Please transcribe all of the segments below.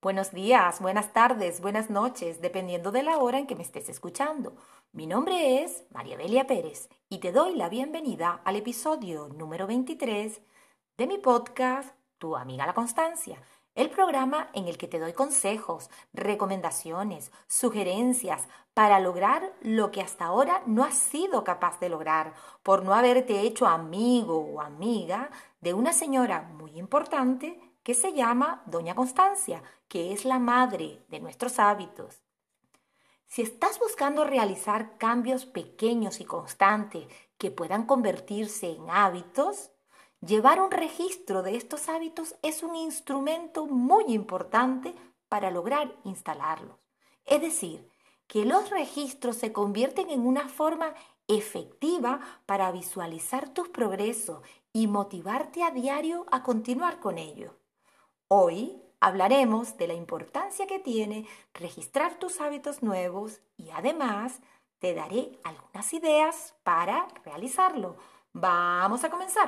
Buenos días, buenas tardes, buenas noches, dependiendo de la hora en que me estés escuchando. Mi nombre es María Delia Pérez y te doy la bienvenida al episodio número 23 de mi podcast Tu amiga la Constancia, el programa en el que te doy consejos, recomendaciones, sugerencias para lograr lo que hasta ahora no has sido capaz de lograr por no haberte hecho amigo o amiga de una señora muy importante que se llama Doña Constancia, que es la madre de nuestros hábitos. Si estás buscando realizar cambios pequeños y constantes que puedan convertirse en hábitos, llevar un registro de estos hábitos es un instrumento muy importante para lograr instalarlos. Es decir, que los registros se convierten en una forma efectiva para visualizar tus progresos y motivarte a diario a continuar con ellos. Hoy hablaremos de la importancia que tiene registrar tus hábitos nuevos y además te daré algunas ideas para realizarlo. Vamos a comenzar.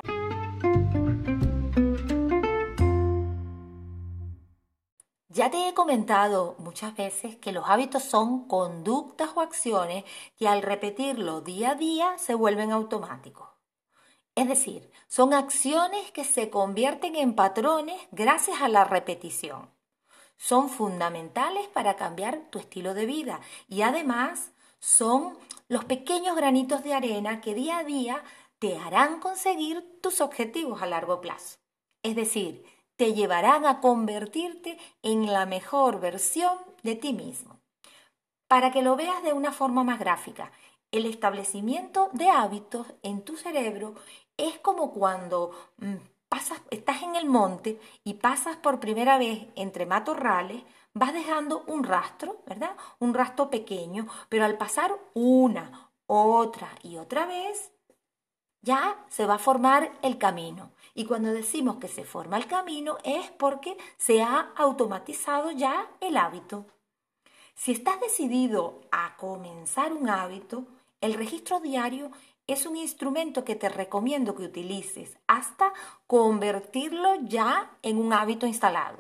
Ya te he comentado muchas veces que los hábitos son conductas o acciones que al repetirlo día a día se vuelven automáticos. Es decir, son acciones que se convierten en patrones gracias a la repetición. Son fundamentales para cambiar tu estilo de vida y además son los pequeños granitos de arena que día a día te harán conseguir tus objetivos a largo plazo. Es decir, te llevarán a convertirte en la mejor versión de ti mismo. Para que lo veas de una forma más gráfica, el establecimiento de hábitos en tu cerebro es como cuando estás en el monte y pasas por primera vez entre matorrales, vas dejando un rastro, ¿verdad? Un rastro pequeño, pero al pasar una, otra y otra vez, ya se va a formar el camino. Y cuando decimos que se forma el camino es porque se ha automatizado ya el hábito. Si estás decidido a comenzar un hábito, el registro diario es un instrumento que te recomiendo que utilices hasta convertirlo ya en un hábito instalado.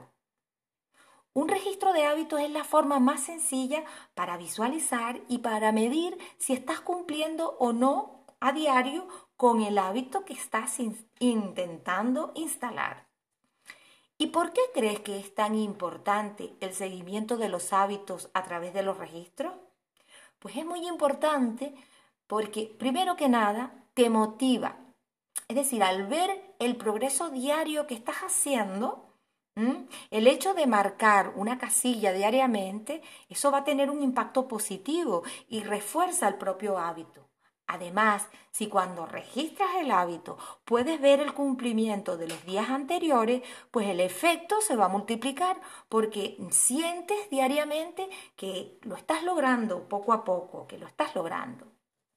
Un registro de hábitos es la forma más sencilla para visualizar y para medir si estás cumpliendo o no a diario con el hábito que estás intentando instalar. ¿Y por qué crees que es tan importante el seguimiento de los hábitos a través de los registros? Pues es muy importante porque, primero que nada, te motiva. Es decir, al ver el progreso diario que estás haciendo, el hecho de marcar una casilla diariamente, eso va a tener un impacto positivo y refuerza el propio hábito. Además, si cuando registras el hábito puedes ver el cumplimiento de los días anteriores, pues el efecto se va a multiplicar porque sientes diariamente que lo estás logrando poco a poco, que lo estás logrando.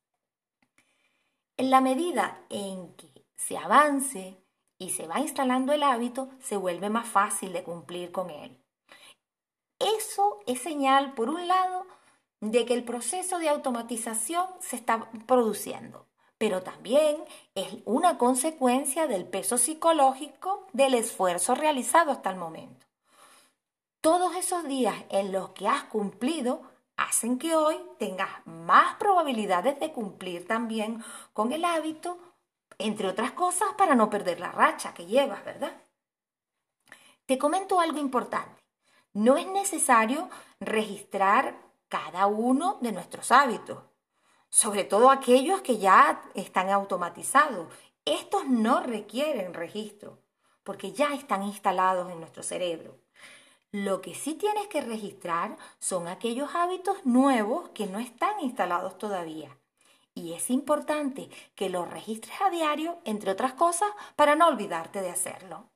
En la medida en que se avance y se va instalando el hábito, se vuelve más fácil de cumplir con él. Eso es señal, por un lado, de que el proceso de automatización se está produciendo, pero también es una consecuencia del peso psicológico del esfuerzo realizado hasta el momento. Todos esos días en los que has cumplido hacen que hoy tengas más probabilidades de cumplir también con el hábito, entre otras cosas, para no perder la racha que llevas, ¿verdad? Te comento algo importante. No es necesario registrar cada uno de nuestros hábitos, sobre todo aquellos que ya están automatizados. Estos no requieren registro, porque ya están instalados en nuestro cerebro. Lo que sí tienes que registrar son aquellos hábitos nuevos que no están instalados todavía. Y es importante que los registres a diario, entre otras cosas, para no olvidarte de hacerlo.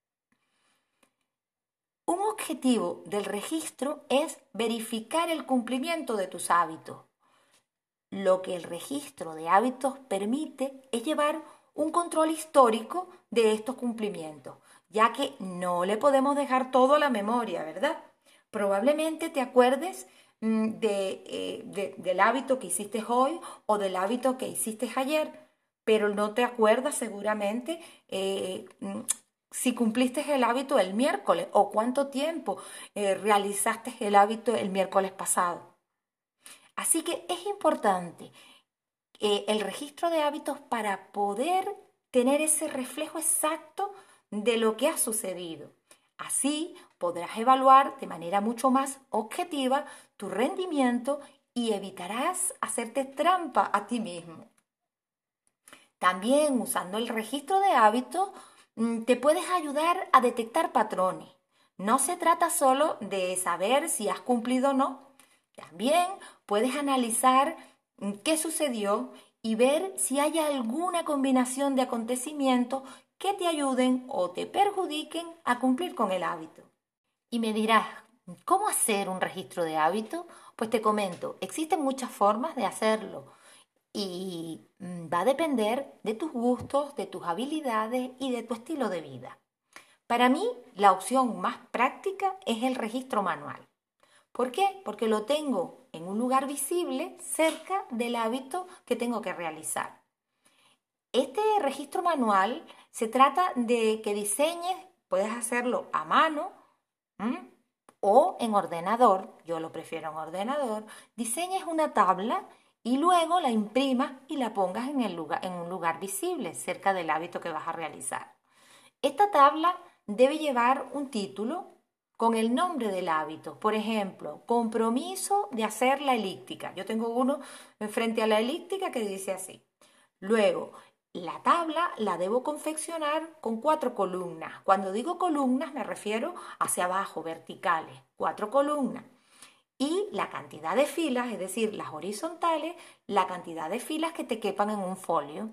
Un objetivo del registro es verificar el cumplimiento de tus hábitos. Lo que el registro de hábitos permite es llevar un control histórico de estos cumplimientos, ya que no le podemos dejar todo a la memoria, ¿verdad? Probablemente te acuerdes del hábito que hiciste hoy o del hábito que hiciste ayer, pero no te acuerdas seguramente si cumpliste el hábito el miércoles o cuánto tiempo realizaste el hábito el miércoles pasado. Así que es importante el registro de hábitos para poder tener ese reflejo exacto de lo que ha sucedido. Así podrás evaluar de manera mucho más objetiva tu rendimiento y evitarás hacerte trampa a ti mismo. También usando el registro de hábitos te puedes ayudar a detectar patrones. No se trata solo de saber si has cumplido o no. También puedes analizar qué sucedió y ver si hay alguna combinación de acontecimientos que te ayuden o te perjudiquen a cumplir con el hábito. Y me dirás, ¿cómo hacer un registro de hábito? Pues te comento, existen muchas formas de hacerlo y va a depender de tus gustos, de tus habilidades y de tu estilo de vida. Para mí, la opción más práctica es el registro manual. ¿Por qué? Porque lo tengo en un lugar visible cerca del hábito que tengo que realizar. Este registro manual se trata de que diseñes, puedes hacerlo a mano o en ordenador, yo lo prefiero en ordenador, diseñes una tabla y luego la imprimas y la pongas en un lugar visible cerca del hábito que vas a realizar. Esta tabla debe llevar un título con el nombre del hábito. Por ejemplo, compromiso de hacer la elíptica. Yo tengo uno frente a la elíptica que dice así. Luego, la tabla la debo confeccionar con 4 columnas. Cuando digo columnas me refiero hacia abajo, verticales, 4 columnas. Y la cantidad de filas, es decir, las horizontales, la cantidad de filas que te quepan en un folio.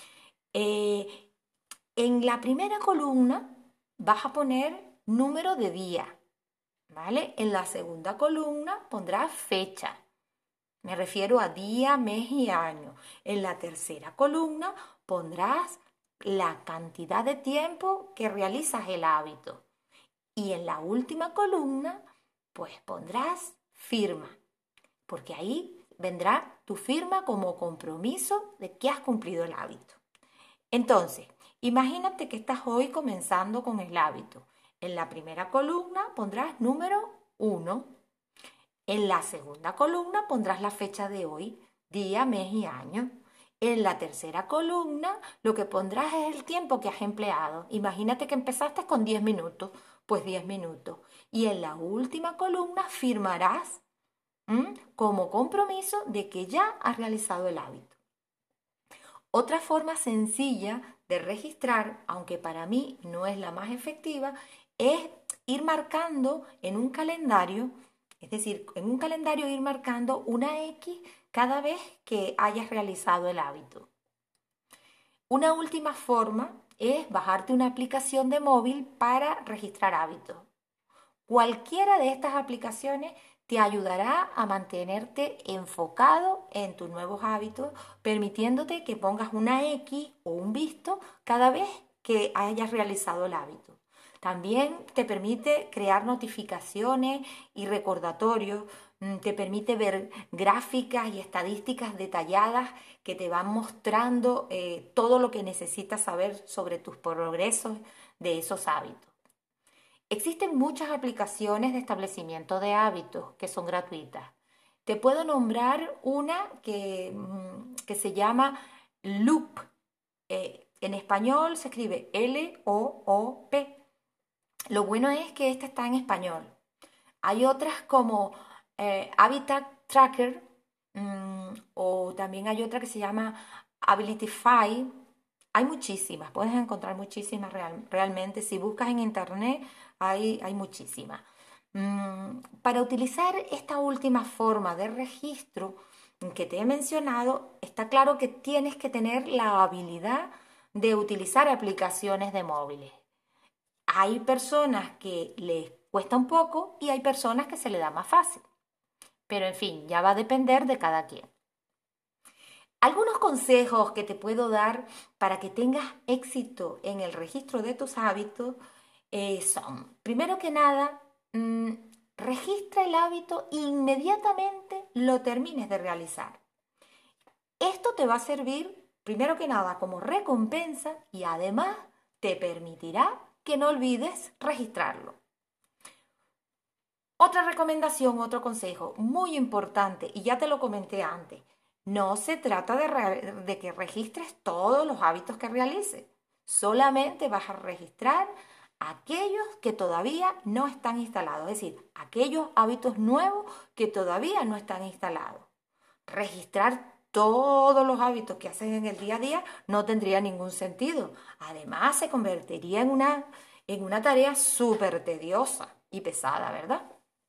En la primera columna vas a poner número de día, ¿vale? En la segunda columna pondrás fecha. Me refiero a día, mes y año. En la tercera columna pondrás la cantidad de tiempo que realizas el hábito. Y en la última columna, pues pondrás firma, porque ahí vendrá tu firma como compromiso de que has cumplido el hábito. Entonces, imagínate que estás hoy comenzando con el hábito. En la primera columna pondrás número 1. En la segunda columna pondrás la fecha de hoy, día, mes y año. En la tercera columna lo que pondrás es el tiempo que has empleado. Imagínate que empezaste con 10 minutos, pues 10 minutos. Y en la última columna firmarás como compromiso de que ya has realizado el hábito. Otra forma sencilla de registrar, aunque para mí no es la más efectiva, es ir marcando en un calendario, es decir, en un calendario ir marcando una X cada vez que hayas realizado el hábito. Una última forma es bajarte una aplicación de móvil para registrar hábitos. Cualquiera de estas aplicaciones te ayudará a mantenerte enfocado en tus nuevos hábitos, permitiéndote que pongas una X o un visto cada vez que hayas realizado el hábito. También te permite crear notificaciones y recordatorios, te permite ver gráficas y estadísticas detalladas que te van mostrando todo lo que necesitas saber sobre tus progresos de esos hábitos. Existen muchas aplicaciones de establecimiento de hábitos que son gratuitas. Te puedo nombrar una que se llama Loop. En español se escribe L-O-O-P. Lo bueno es que esta está en español. Hay otras como Habitat Tracker o también hay otra que se llama Abilitify. Hay muchísimas, puedes encontrar muchísimas realmente. Si buscas en internet, hay muchísimas. Para utilizar esta última forma de registro que te he mencionado, está claro que tienes que tener la habilidad de utilizar aplicaciones de móviles. Hay personas que les cuesta un poco y hay personas que se les da más fácil. Pero en fin, ya va a depender de cada quien. Algunos consejos que te puedo dar para que tengas éxito en el registro de tus hábitos son, primero que nada, registra el hábito inmediatamente lo termines de realizar. Esto te va a servir, primero que nada, como recompensa y además te permitirá que no olvides registrarlo. Otra recomendación, otro consejo muy importante, y ya te lo comenté antes, no se trata de que registres todos los hábitos que realices. Solamente vas a registrar aquellos que todavía no están instalados, es decir, aquellos hábitos nuevos que todavía no están instalados. Registrar todos los hábitos que haces en el día a día no tendría ningún sentido. Además, se convertiría en una tarea súper tediosa y pesada, ¿verdad?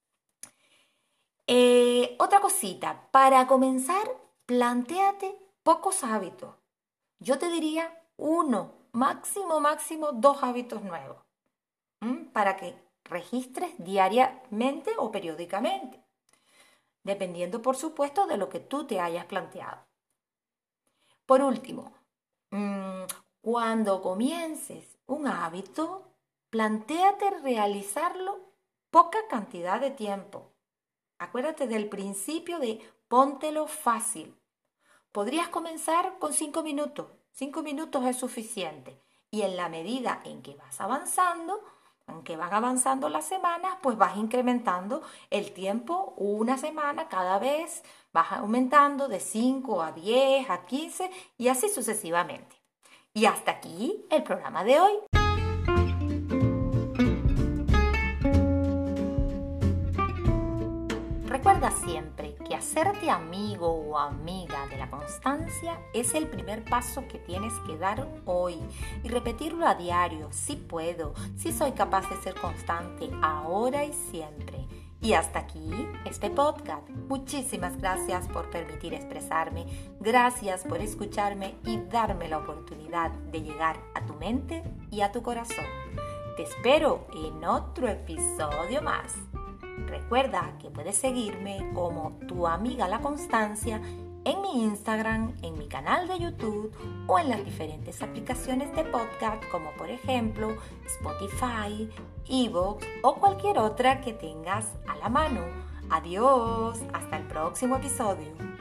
Otra cosita, para comenzar, plantéate pocos hábitos. Yo te diría uno, máximo 2 hábitos nuevos, para que registres diariamente o periódicamente, dependiendo, por supuesto, de lo que tú te hayas planteado. Por último, cuando comiences un hábito, plantéate realizarlo poca cantidad de tiempo. Acuérdate del principio de póntelo fácil. Podrías comenzar con 5 minutos. 5 minutos es suficiente. Y en la medida en que vas avanzando, aunque van avanzando las semanas, pues vas incrementando el tiempo una semana cada vez. Vas aumentando de 5 a 10, a 15 y así sucesivamente. Y hasta aquí el programa de hoy. Recuerda siempre que hacerte amigo o amiga de la constancia es el primer paso que tienes que dar hoy y repetirlo a diario, si puedo, si soy capaz de ser constante ahora y siempre. Y hasta aquí este podcast. Muchísimas gracias por permitir expresarme, gracias por escucharme y darme la oportunidad de llegar a tu mente y a tu corazón. Te espero en otro episodio más. Recuerda que puedes seguirme como tu amiga La Constancia en mi Instagram, en mi canal de YouTube o en las diferentes aplicaciones de podcast como por ejemplo Spotify, iVoox o cualquier otra que tengas a la mano. Adiós, hasta el próximo episodio.